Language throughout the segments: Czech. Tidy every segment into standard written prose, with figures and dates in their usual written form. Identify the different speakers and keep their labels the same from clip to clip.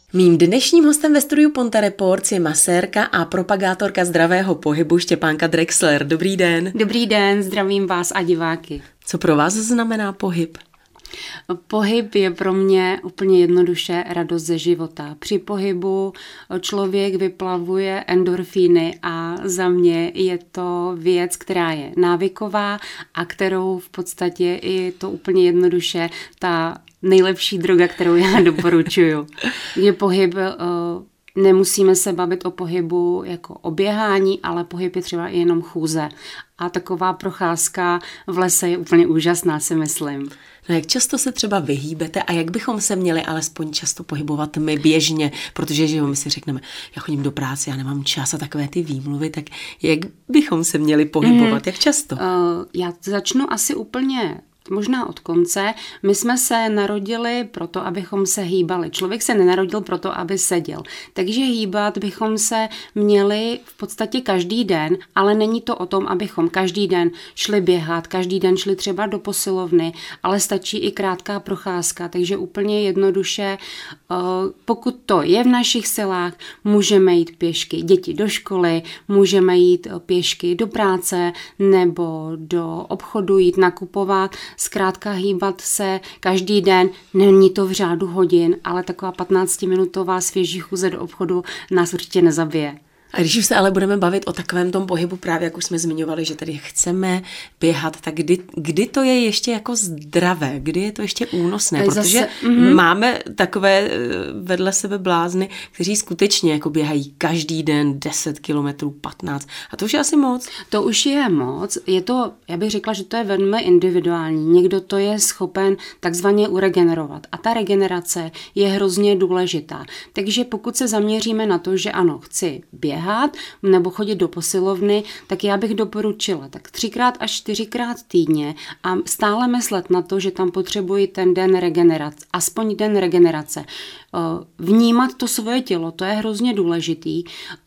Speaker 1: Mým dnešním hostem ve studiu Ponte Reports je masérka a propagátorka zdravého pohybu Štěpánka Drexler. Dobrý den.
Speaker 2: Dobrý den, zdravím vás a diváky.
Speaker 1: Co pro vás znamená pohyb?
Speaker 2: Pohyb je pro mě úplně jednoduše radost ze života. Při pohybu člověk vyplavuje endorfíny a za mě je to věc, která je návyková a kterou v podstatě je to úplně jednoduše ta nejlepší droga, kterou já doporučuju. Je pohyb, nemusíme se bavit o pohybu jako o běhání, ale pohyb je třeba i jenom chůze. A taková procházka v lese je úplně úžasná, si myslím.
Speaker 1: No jak často se třeba vyhýbete a jak bychom se měli alespoň často pohybovat my běžně, protože že my si řekneme, já chodím do práce, já nemám čas a takové ty výmluvy, tak jak bychom se měli pohybovat, jak často?
Speaker 2: Já začnu asi úplně možná od konce. My jsme se narodili proto, abychom se hýbali. Člověk se nenarodil proto, aby seděl. Takže hýbat bychom se měli v podstatě každý den, ale není to o tom, abychom každý den šli běhat, každý den šli třeba do posilovny, ale stačí i krátká procházka. Takže úplně jednoduše, pokud to je v našich silách, můžeme jít pěšky děti do školy, můžeme jít pěšky do práce nebo do obchodu, jít nakupovat. Zkrátka hýbat se každý den, není to v řádu hodin, ale taková 15-minutová svěží chůze do obchodu nás určitě nezabije.
Speaker 1: A když už se ale budeme bavit o takovém tom pohybu, právě jak už jsme zmiňovali, že tady chceme běhat, tak kdy to je ještě jako zdravé, kdy je to ještě únosné, protože máme takové vedle sebe blázny, kteří skutečně jako běhají každý den 10 kilometrů, 15 a to už je asi moc.
Speaker 2: To už je moc, je to, já bych řekla, že to je velmi individuální, někdo to je schopen takzvaně uregenerovat a ta regenerace je hrozně důležitá, takže pokud se zaměříme na to, že ano, chci běhat nebo chodit do posilovny, tak já bych doporučila tak 3x až 4x týdně a stále myslet na to, že tam potřebuji ten den regenerace, aspoň den regenerace. Vnímat to svoje tělo, to je hrozně důležitý,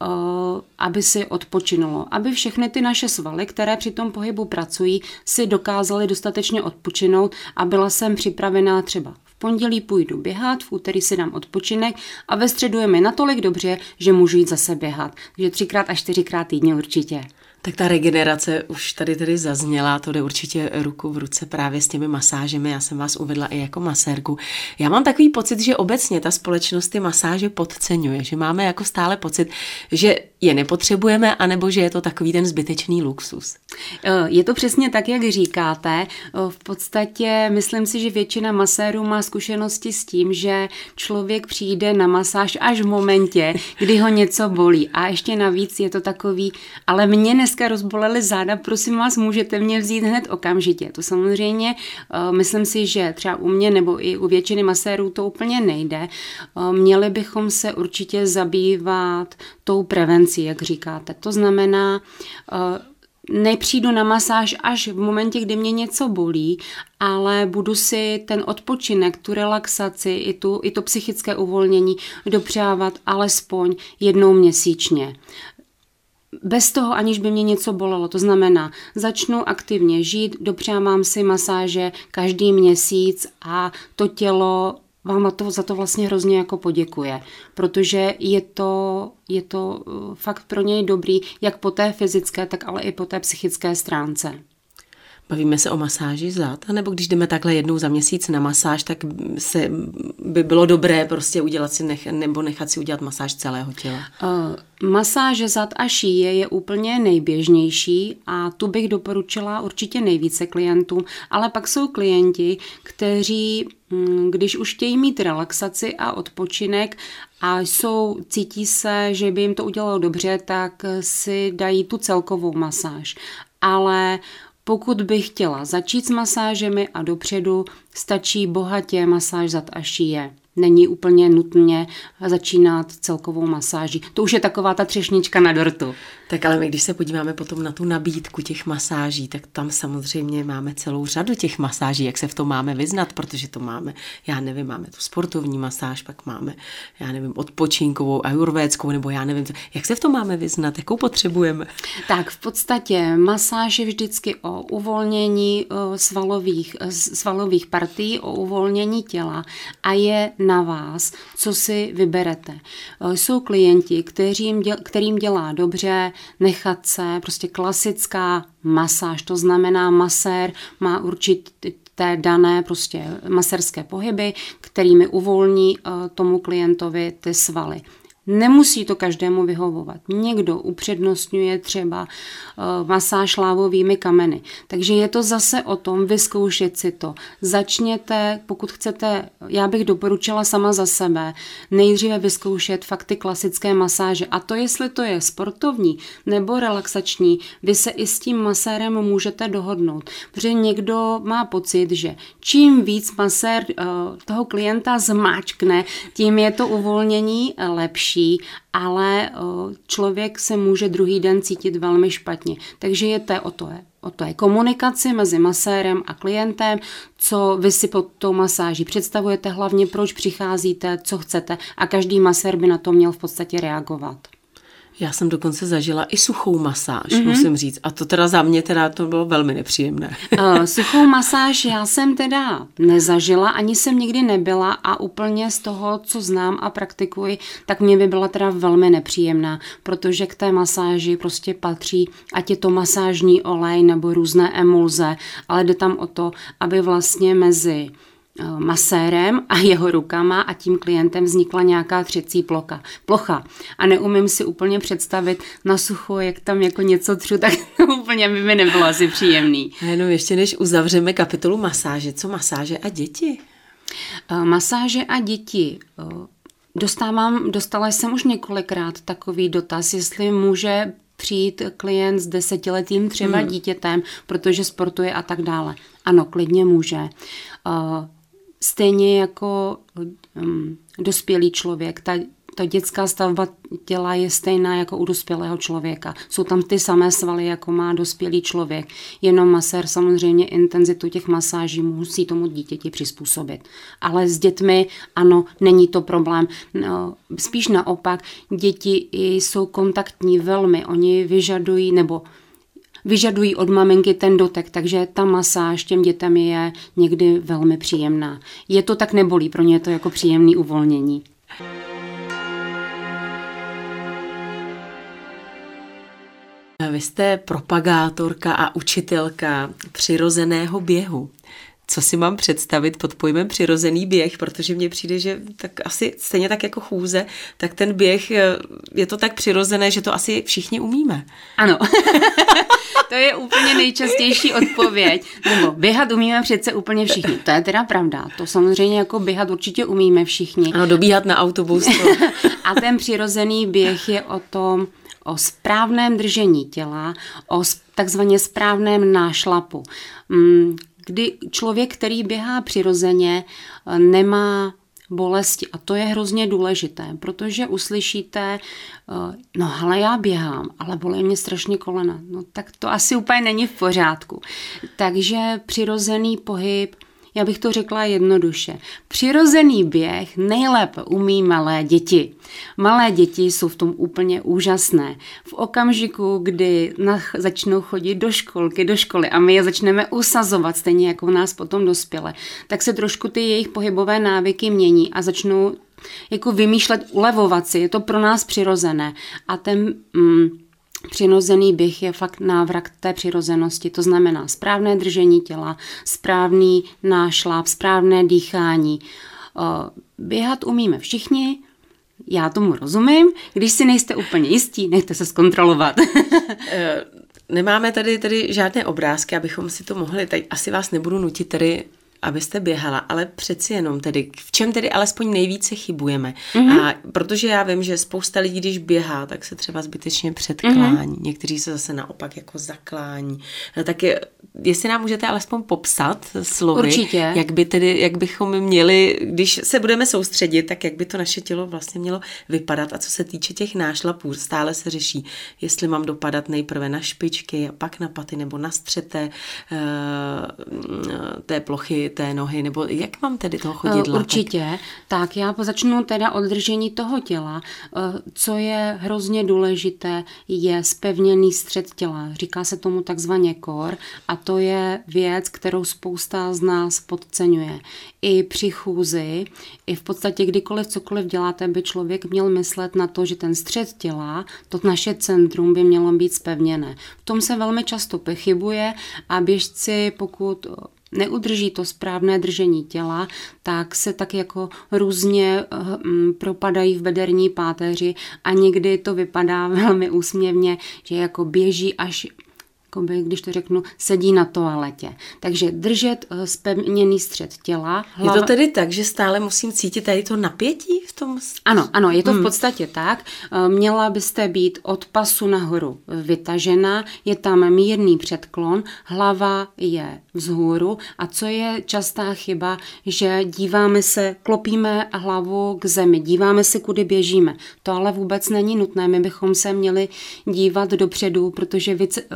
Speaker 2: aby si odpočinulo, aby všechny ty naše svaly, které při tom pohybu pracují, si dokázaly dostatečně odpočinout a byla jsem připravená třeba v pondělí půjdu běhat, v úterý si dám odpočinek a ve středu je mi natolik dobře, že můžu jít zase běhat. Takže 3x až 4x týdně určitě.
Speaker 1: Tak ta regenerace už tady zazněla, to jde určitě ruku v ruce právě s těmi masážemi, já jsem vás uvedla i jako masérku. Já mám takový pocit, že obecně ta společnost ty masáže podceňuje, že máme jako stále pocit, že je nepotřebujeme, anebo že je to takový ten zbytečný luxus.
Speaker 2: Je to přesně tak, jak říkáte. V podstatě myslím si, že většina masérů má zkušenosti s tím, že člověk přijde na masáž až v momentě, kdy ho něco bolí. A ještě navíc je to takový, ale mě dneska rozbolely záda, prosím vás, můžete mě vzít hned okamžitě. To samozřejmě, myslím si, že třeba u mě nebo i u většiny masérů to úplně nejde. Měli bychom se určitě zabývat tou prevencí, jak říkáte. To znamená, nepřijdu na masáž až v momentě, kdy mě něco bolí, ale budu si ten odpočinek, tu relaxaci i to psychické uvolnění dopřávat alespoň jednou měsíčně. Bez toho, aniž by mě něco bolelo. To znamená, začnu aktivně žít, dopřávám si masáže každý měsíc a to tělo vám za to vlastně hrozně jako poděkuje, protože je to fakt pro něj dobrý, jak po té fyzické, tak ale i po té psychické stránce.
Speaker 1: Bavíme se o masáži zad, nebo když jdeme takhle jednou za měsíc na masáž, tak by bylo dobré prostě udělat si nebo nechat si udělat masáž celého těla?
Speaker 2: Masáže zad a šíje je úplně nejběžnější a tu bych doporučila určitě nejvíce klientům, ale pak jsou klienti, kteří, když už chtějí mít relaxaci a odpočinek a cítí se, že by jim to udělalo dobře, tak si dají tu celkovou masáž. Ale pokud bych chtěla začít s masážemi a dopředu, stačí bohatě masáž zad a šíje. Není úplně nutně začínat celkovou masáží. To už je taková ta třešnička na dortu.
Speaker 1: Tak ale my, když se podíváme potom na tu nabídku těch masáží, tak tam samozřejmě máme celou řadu těch masáží, jak se v tom máme vyznat, protože to máme, já nevím, máme tu sportovní masáž, pak máme, já nevím, odpočinkovou, ajurvédskou, nebo já nevím, jak se v tom máme vyznat, jakou potřebujeme?
Speaker 2: Tak v podstatě masáž je vždycky o uvolnění svalových partií, o uvolnění těla a je na vás, co si vyberete. Jsou klienti, kterým dělá dobře nechat se, prostě klasická masáž, to znamená masér má určité dané prostě masérské pohyby, kterými uvolní tomu klientovi ty svaly. Nemusí to každému vyhovovat. Někdo upřednostňuje třeba masáž lávovými kameny. Takže je to zase o tom vyzkoušet si to. Začněte, pokud chcete, já bych doporučila sama za sebe, nejdříve vyzkoušet fakt ty klasické masáže. A to, jestli to je sportovní nebo relaxační, vy se i s tím masérem můžete dohodnout. Protože někdo má pocit, že čím víc masér toho klienta zmáčkne, tím je to uvolnění lepší. Ale člověk se může druhý den cítit velmi špatně. Takže o to je komunikace mezi masérem a klientem, co vy si pod tou masáží představujete, hlavně proč přicházíte, co chcete a každý masér by na to měl v podstatě reagovat.
Speaker 1: Já jsem dokonce zažila i suchou masáž, musím říct. A to teda za mě to bylo velmi nepříjemné.
Speaker 2: Suchou masáž já jsem teda nezažila, ani jsem nikdy nebyla a úplně z toho, co znám a praktikuji, tak mě by byla teda velmi nepříjemná, protože k té masáži prostě patří, ať je to masážní olej nebo různé emulze, ale jde tam o to, aby vlastně mezi masérem a jeho rukama a tím klientem vznikla nějaká třecí plocha. A neumím si úplně představit na sucho, jak tam jako něco třu, tak to úplně by mi nebylo asi příjemný.
Speaker 1: A jenom ještě než uzavřeme kapitolu masáže, co masáže a děti?
Speaker 2: Masáže a děti. Dostala jsem už několikrát takový dotaz, jestli může přijít klient s 10letým třeba dítětem, protože sportuje a tak dále. Ano, klidně může. Stejně jako dospělý člověk, ta dětská stavba těla je stejná jako u dospělého člověka. Jsou tam ty samé svaly, jako má dospělý člověk. Jenom masér samozřejmě intenzitu těch masáží musí tomu dítěti přizpůsobit. Ale s dětmi, ano, není to problém. No, spíš naopak, děti jsou kontaktní velmi. Oni vyžadují od maminky ten dotek, takže ta masáž těm dětem je někdy velmi příjemná. Je to tak nebolí, pro ně je to jako příjemné uvolnění.
Speaker 1: Vy jste propagátorka a učitelka přirozeného běhu. Co si mám představit pod pojmem přirozený běh, protože mně přijde, že tak asi stejně tak jako chůze, tak ten běh je to tak přirozené, že to asi všichni umíme.
Speaker 2: Ano. To je úplně nejčastější odpověď. Nebo běhat umíme přece úplně všichni. To je teda pravda. To samozřejmě jako běhat určitě umíme všichni.
Speaker 1: Ano, dobíhat na autobus.
Speaker 2: A ten přirozený běh je o správném držení těla, o takzvaně správném nášlapu. Kdy člověk, který běhá přirozeně, nemá bolesti. A to je hrozně důležité, protože uslyšíte, no ale já běhám, ale bolí mě strašně kolena. No tak to asi úplně není v pořádku. Takže přirozený pohyb, já bych to řekla jednoduše. Přirozený běh nejlépe umí malé děti. Malé děti jsou v tom úplně úžasné. V okamžiku, kdy začnou chodit do školy a my je začneme usazovat, stejně jako nás potom dospělé, tak se trošku ty jejich pohybové návyky mění a začnou jako vymýšlet, ulevovat si. Je to pro nás přirozené. A ten přirozený běh je fakt návrat té přirozenosti, to znamená správné držení těla, správný nášlap, správné dýchání. Běhat umíme všichni, já tomu rozumím, když si nejste úplně jistí, nechte se zkontrolovat.
Speaker 1: Nemáme tady žádné obrázky, abychom si to mohli, teď asi vás nebudu nutit tady, abyste běhala, ale přeci jenom tedy, v čem tedy alespoň nejvíce chybujeme. A protože já vím, že spousta lidí, když běhá, tak se třeba zbytečně předklání. Někteří se zase naopak jako zaklání. Tak jestli nám můžete alespoň popsat slovy,
Speaker 2: určitě.
Speaker 1: Jak bychom měli, když se budeme soustředit, tak jak by to naše tělo vlastně mělo vypadat. A co se týče těch nášlapů, stále se řeší, jestli mám dopadat nejprve na špičky a pak na paty nebo na střeté té plochy té nohy, nebo jak mám tedy toho chodidla?
Speaker 2: Určitě. Tak já začnu teda od držení toho těla. Co je hrozně důležité, je zpevněný střed těla. Říká se tomu takzvaně core a to je věc, kterou spousta z nás podceňuje. I při chůzi, i v podstatě kdykoliv cokoliv děláte, by člověk měl myslet na to, že ten střed těla, to naše centrum by mělo být zpevněné. V tom se velmi často pochybuje a běžci, pokud neudrží to správné držení těla, tak se tak jako různě propadají v bederní páteři a někdy to vypadá velmi úsměvně, že jako běží až, když to řeknu, sedí na toaletě. Takže držet zpevněný střed těla.
Speaker 1: Je to tedy tak, že stále musím cítit tady to napětí v tom?
Speaker 2: Ano, je to v podstatě tak. Měla byste být od pasu nahoru vytažena, je tam mírný předklon, hlava je vzhůru a co je častá chyba, že díváme se, klopíme hlavu k zemi, díváme se, kudy běžíme. To ale vůbec není nutné, my bychom se měli dívat dopředu, protože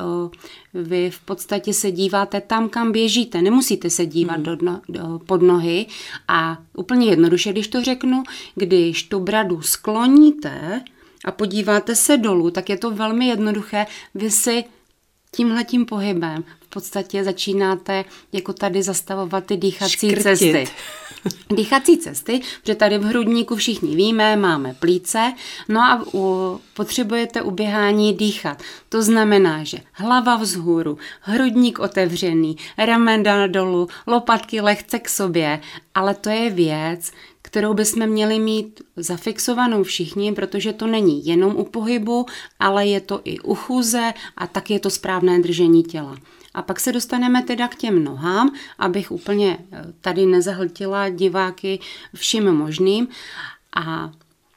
Speaker 2: vy v podstatě se díváte tam, kam běžíte. Nemusíte se dívat pod nohy a úplně jednoduše, když to řeknu, když tu bradu skloníte a podíváte se dolů, tak je to velmi jednoduché. Vy si tímhletím pohybem v podstatě začínáte jako tady zastavovat ty dýchací cesty. Dýchací cesty, protože tady v hrudníku všichni víme, máme plíce, no a potřebujete u běhání dýchat. To znamená, že hlava vzhůru, hrudník otevřený, ramena dolů, lopatky lehce k sobě, ale to je věc, kterou bychom měli mít zafixovanou všichni, protože to není jenom u pohybu, ale je to i u chůze a tak je to správné držení těla. A pak se dostaneme teda k těm nohám, abych úplně tady nezahltila diváky vším možným. A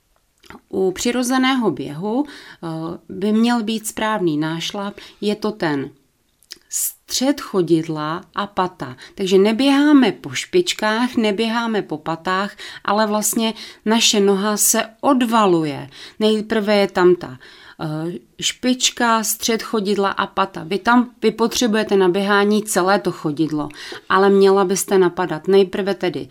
Speaker 2: u přirozeného běhu by měl být správný nášlap, je to ten střed chodidla a pata. Takže neběháme po špičkách, neběháme po patách, ale vlastně naše noha se odvaluje. Nejprve je tam ta špička, střed chodidla a pata. Vy potřebujete na běhání celé to chodidlo, ale měla byste napadat nejprve tedy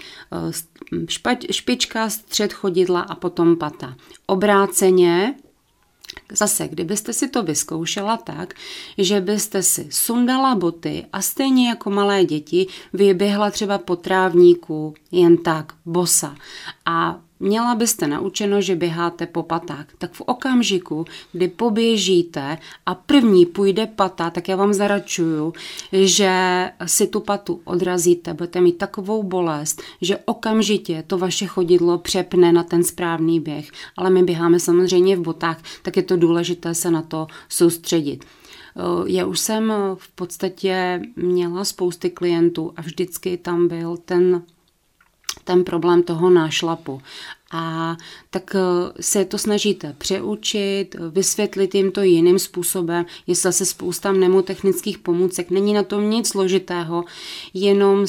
Speaker 2: špička, střed chodidla a potom pata. Obráceně, zase, kdybyste si to vyzkoušela tak, že byste si sundala boty a stejně jako malé děti vyběhla třeba po trávníku jen tak, bosa a měla byste naučeno, že běháte po patách. Tak v okamžiku, kdy poběžíte a první půjde pata, tak já vám zaračuju, že si tu patu odrazíte, budete mít takovou bolest, že okamžitě to vaše chodidlo přepne na ten správný běh. Ale my běháme samozřejmě v botách, tak je to důležité se na to soustředit. Já už jsem v podstatě měla spousty klientů a vždycky tam byl ten problém toho nášlapu. A tak se to snažíte přeučit, vysvětlit jim to jiným způsobem. Je zase spousta mnemotechnických pomůcek, není na tom nic složitého, jenom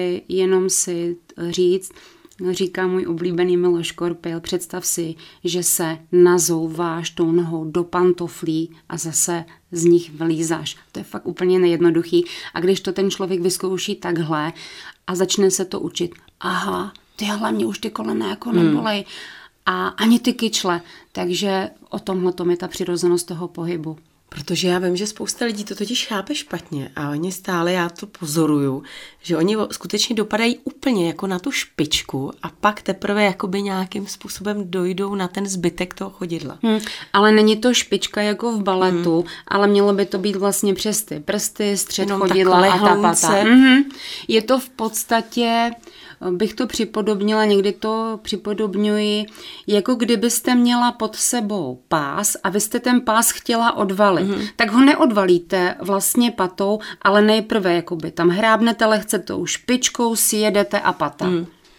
Speaker 2: si říct, říká můj oblíbený Miloš Korpil, představ si, že se nazouváš tou nohou do pantoflí a zase z nich vylízáš. To je fakt úplně nejednoduchý. A když to ten člověk vyzkouší takhle a začne se to učit, aha, ty hlavně už ty kolena jako nebolej a ani ty kyčle. Takže o tomhletom je ta přirozenost toho pohybu.
Speaker 1: Protože já vím, že spousta lidí to totiž chápe špatně a oni stále, já to pozoruju, že oni skutečně dopadají úplně jako na tu špičku a pak teprve jakoby nějakým způsobem dojdou na ten zbytek toho chodidla.
Speaker 2: Ale není to špička jako v baletu, ale mělo by to být vlastně přes ty prsty, střed chodidla a ta pata. Je to v podstatě, bych to připodobnila, někdy to připodobňuji, jako kdybyste měla pod sebou pás a vy jste ten pás chtěla odvalit. Tak ho neodvalíte vlastně patou, ale nejprve jakoby tam hrábnete lehce tou špičkou, sjedete a pata.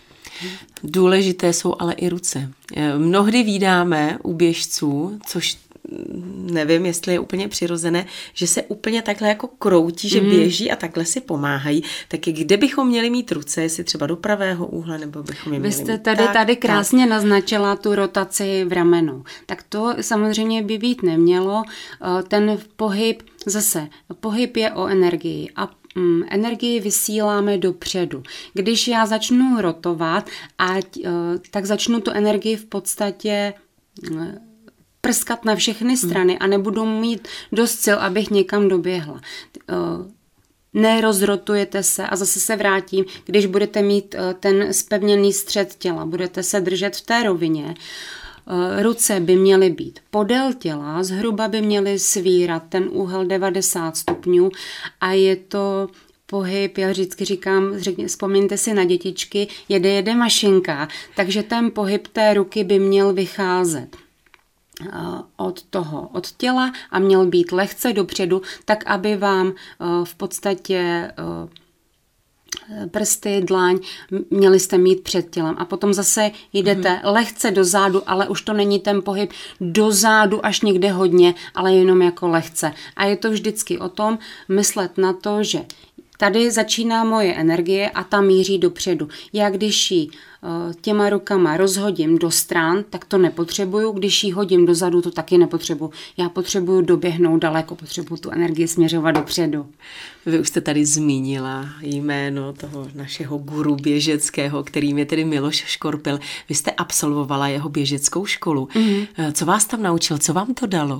Speaker 1: Důležité jsou ale i ruce. Mnohdy vídáme u běžců, což nevím, jestli je úplně přirozené, že se úplně takhle jako kroutí, že běží a takhle si pomáhají. Tak kde bychom měli mít ruce, jestli třeba do pravého úhla, nebo bychom je měli
Speaker 2: mít? Vy jste tady krásně naznačila tu rotaci v ramenu. Tak to samozřejmě by být nemělo. Ten pohyb je o energii a energii vysíláme dopředu. Když já začnu rotovat, tak začnu tu energii v podstatě prskat na všechny strany a nebudu mít dost sil, abych někam doběhla. Nerozrotujete se a zase se vrátím, když budete mít ten zpevněný střed těla, budete se držet v té rovině. Ruce by měly být podél těla, zhruba by měly svírat ten úhel 90 stupňů a je to pohyb, já vždycky říkám, vzpomeňte si na dětičky, jede mašinka, takže ten pohyb té ruky by měl vycházet od těla a měl být lehce dopředu, tak aby vám v podstatě prsty, dlaň měli jste mít před tělem a potom zase jdete lehce dozadu, ale už to není ten pohyb dozadu až někde hodně, ale jenom jako lehce. A je to vždycky o tom myslet na to, že tady začíná moje energie a ta míří dopředu. Já když ji těma rukama rozhodím do stran, tak to nepotřebuju. Když ji hodím dozadu, to taky nepotřebuju. Já potřebuju doběhnout daleko, potřebuju tu energii směřovat dopředu.
Speaker 1: Vy už jste tady zmínila jméno toho našeho guru běžeckého, kterým je tedy Miloš Škorpil. Vy jste absolvovala jeho běžeckou školu. Co vás tam naučil? Co vám to dalo?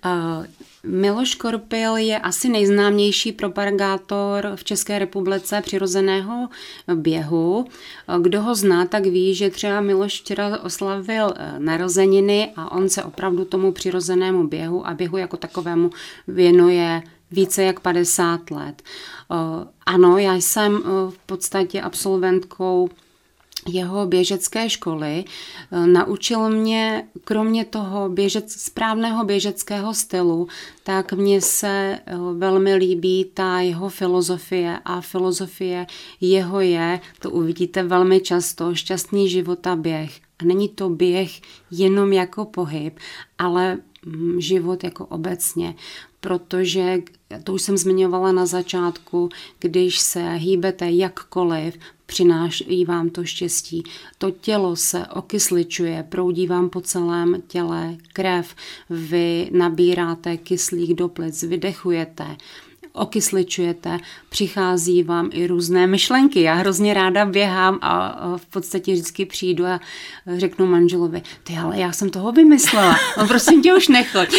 Speaker 2: Miloš Škorpil je asi nejznámější propagátor v České republice přirozeného běhu. Kdo ho zná, tak ví, že třeba Miloš včera oslavil narozeniny a on se opravdu tomu přirozenému běhu a běhu jako takovému věnuje více jak 50 let. Ano, já jsem v podstatě absolventkou jeho běžecké školy. Naučil mě, kromě toho správného běžeckého stylu, tak mně se velmi líbí ta jeho filozofie a filozofie jeho je, to uvidíte velmi často, šťastný život a běh. A není to běh jenom jako pohyb, ale život jako obecně, protože, to už jsem zmiňovala na začátku, když se hýbete jakkoliv, přináší vám to štěstí. To tělo se okysličuje, proudí vám po celém těle krev, vy nabíráte kyslík do plic, vydechujete, okysličujete, přichází vám i různé myšlenky. Já hrozně ráda běhám a v podstatě vždycky přijdu a řeknu manželovi, ty ale já jsem toho vymyslela, no prosím tě už nechoď.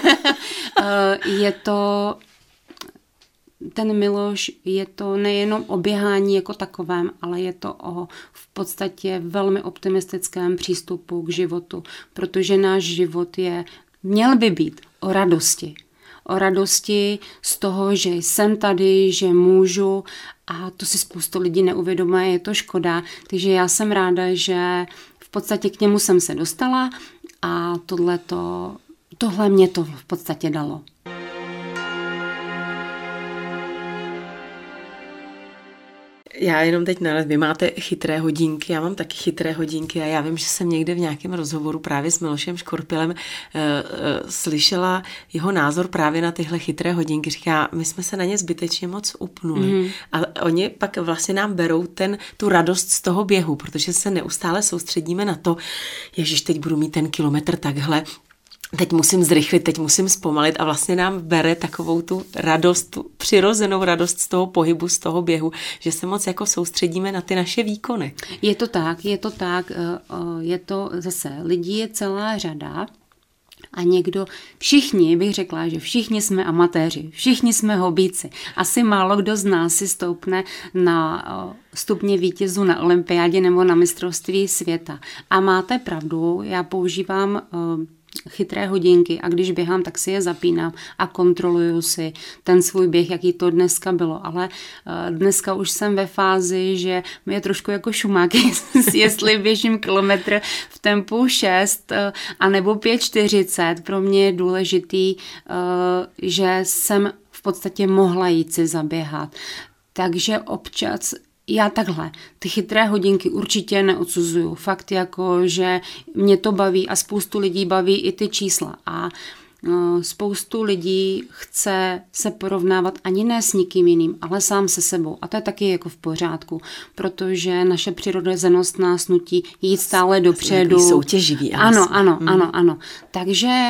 Speaker 2: Je to ten Miloš, je to nejenom o běhání jako takovém, ale je to o v podstatě velmi optimistickém přístupu k životu, protože náš život měl by být o radosti. O radosti z toho, že jsem tady, že můžu a to si spoustu lidí neuvědomuje, je to škoda. Takže já jsem ráda, že v podstatě k němu jsem se dostala a tohle mě to v podstatě dalo.
Speaker 1: Já jenom teď vy máte chytré hodinky, já mám taky chytré hodinky a já vím, že jsem někde v nějakém rozhovoru právě s Milošem Škorpilem slyšela jeho názor právě na tyhle chytré hodinky. Říká, my jsme se na ně zbytečně moc upnuli a oni pak vlastně nám berou tu radost z toho běhu, protože se neustále soustředíme na to, ježiš, teď budu mít ten kilometr takhle, teď musím zrychlit, teď musím zpomalit a vlastně nám bere takovou tu radost, tu přirozenou radost z toho pohybu, z toho běhu, že se moc jako soustředíme na ty naše výkony.
Speaker 2: Je to tak, je to zase, lidí je celá řada a všichni, bych řekla, že všichni jsme amatéři, všichni jsme hobíci. Asi málo kdo z nás si stoupne na stupně vítězů na olympiádě nebo na mistrovství světa. A máte pravdu, já používám chytré hodinky a když běhám, tak si je zapínám a kontroluju si ten svůj běh, jaký to dneska bylo. Ale dneska už jsem ve fázi, že mi je trošku jako šumák, jestli běžím kilometr v tempu 6 anebo 5:40. Pro mě je důležitý, že jsem v podstatě mohla jít si zaběhat. Takže občas já takhle, ty chytré hodinky určitě neodsuzuju. Fakt jako, že mě to baví a spoustu lidí baví i ty čísla. A spoustu lidí chce se porovnávat ani ne s nikým jiným, ale sám se sebou. A to je taky jako v pořádku, protože naše přirozenost nás nutí jít stále dopředu.
Speaker 1: Soutěživý.
Speaker 2: Ano. Takže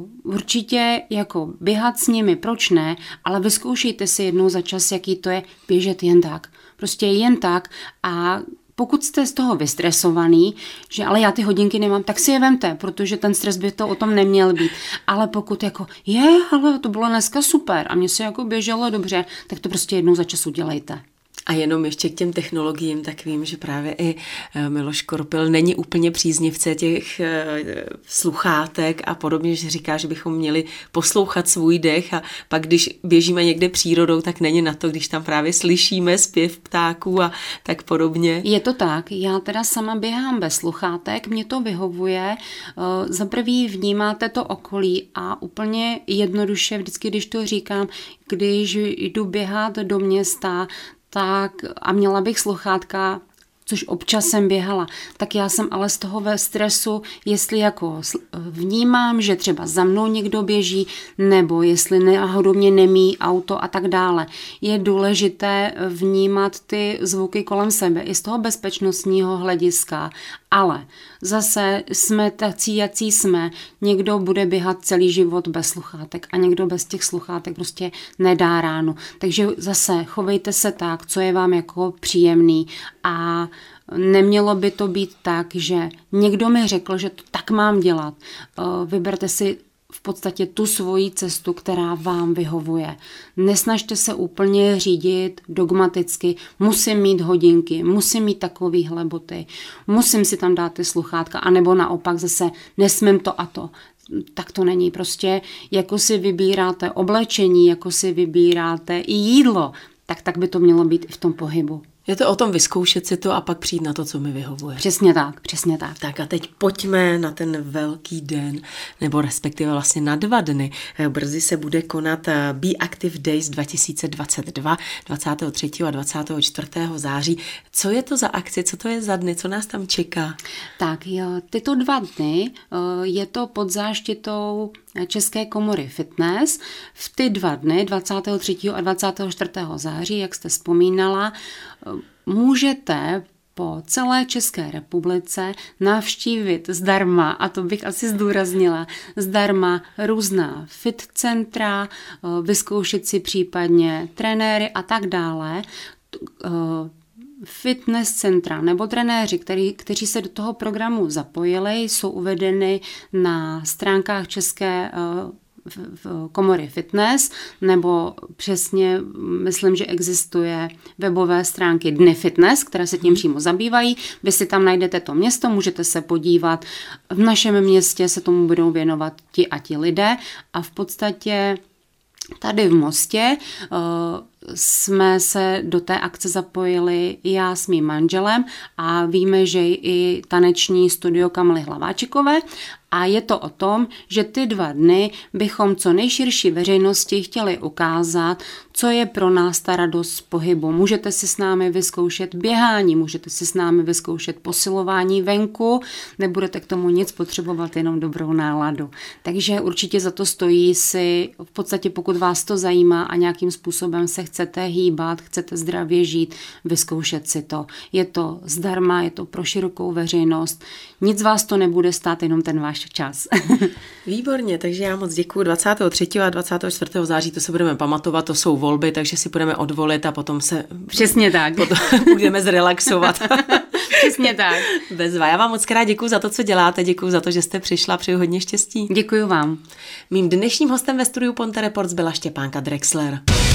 Speaker 2: určitě jako běhat s nimi, proč ne, ale vyzkoušejte si jednou za čas, jaký to je běžet jen tak. Prostě jen tak a pokud jste z toho vystresovaný, že ale já ty hodinky nemám, tak si je vemte, protože ten stres by to o tom neměl být. Ale pokud jako ale to bylo dneska super a mně se jako běželo dobře, tak to prostě jednou za čas udělejte.
Speaker 1: A jenom ještě k těm technologiím, tak vím, že právě i Miloš Korpil není úplně příznivce těch sluchátek a podobně, že říká, že bychom měli poslouchat svůj dech a pak, když běžíme někde přírodou, tak není na to, když tam právě slyšíme zpěv ptáků a tak podobně.
Speaker 2: Je to tak, já teda sama běhám bez sluchátek, mě to vyhovuje, za prvý vnímáte to okolí a úplně jednoduše, vždycky, když to říkám, když jdu běhat do města, tak a měla bych sluchátka, což občas jsem běhala, tak já jsem ale z toho ve stresu, jestli jako vnímám, že třeba za mnou někdo běží, nebo jestli náhodou mě nemí auto a tak dále. Je důležité vnímat ty zvuky kolem sebe i z toho bezpečnostního hlediska, ale zase jsme tací, jací jsme. Někdo bude běhat celý život bez sluchátek a někdo bez těch sluchátek prostě nedá ránu. Takže zase chovejte se tak, co je vám jako příjemný a nemělo by to být tak, že někdo mi řekl, že to tak mám dělat. Vyberte si v podstatě tu svoji cestu, která vám vyhovuje. Nesnažte se úplně řídit dogmaticky, musím mít hodinky, musím mít takovýhle boty, musím si tam dát ty sluchátka, anebo naopak zase nesmím to a to. Tak to není. Prostě jako si vybíráte oblečení, jako si vybíráte i jídlo, tak by to mělo být i v tom pohybu.
Speaker 1: Je to o tom vyzkoušet si to a pak přijít na to, co mi vyhovuje.
Speaker 2: Přesně tak, přesně tak.
Speaker 1: Tak a teď pojďme na ten velký den, nebo respektive vlastně na 2 dny. Brzy se bude konat Be Active Days 2022, 23. a 24. září. Co je to za akci, co to je za dny, co nás tam čeká?
Speaker 2: Tak jo, tyto 2 dny je to pod záštitou České komory fitness. V ty 2 dny, 23. a 24. září, jak jste vzpomínala, můžete po celé České republice navštívit zdarma, a to bych asi zdůraznila, zdarma různá fit centra, vyzkoušet si případně trenéry a tak dále. Fitness centra nebo trenéři, kteří se do toho programu zapojili, jsou uvedeny na stránkách České komory fitness, nebo přesně myslím, že existuje webové stránky Dny fitness, které se tím přímo zabývají. Vy si tam najdete to město, můžete se podívat. V našem městě se tomu budou věnovat ti a ti lidé a v podstatě tady v Mostě jsme se do té akce zapojili já s mým manželem a víme, že i taneční studio Kamily Hlaváčikové a je to o tom, že ty 2 dny bychom co nejširší veřejnosti chtěli ukázat, co je pro nás ta radost z pohybu. Můžete si s námi vyzkoušet běhání, můžete si s námi vyzkoušet posilování venku, nebudete k tomu nic potřebovat, jenom dobrou náladu. Takže určitě za to stojí si, v podstatě pokud vás to zajímá a nějakým způsobem se chcete hýbat, chcete zdravě žít, vyzkoušet si to. Je to zdarma, je to pro širokou veřejnost, nic vás to nebude stát, jenom ten váš čas. Výborně, takže já moc děkuju. 23. a 24. září, to se budeme pamatovat, to jsou volby, takže si budeme odvolit a potom se... Přesně tak. Potom budeme zrelaxovat. Přesně tak. Bezva. Já vám moc krát děkuju za to, co děláte, děkuju za to, že jste přišla, přeju hodně štěstí. Děkuju vám. Mým dnešním hostem ve studiu Ponte Reports byla Štěpánka Drexler.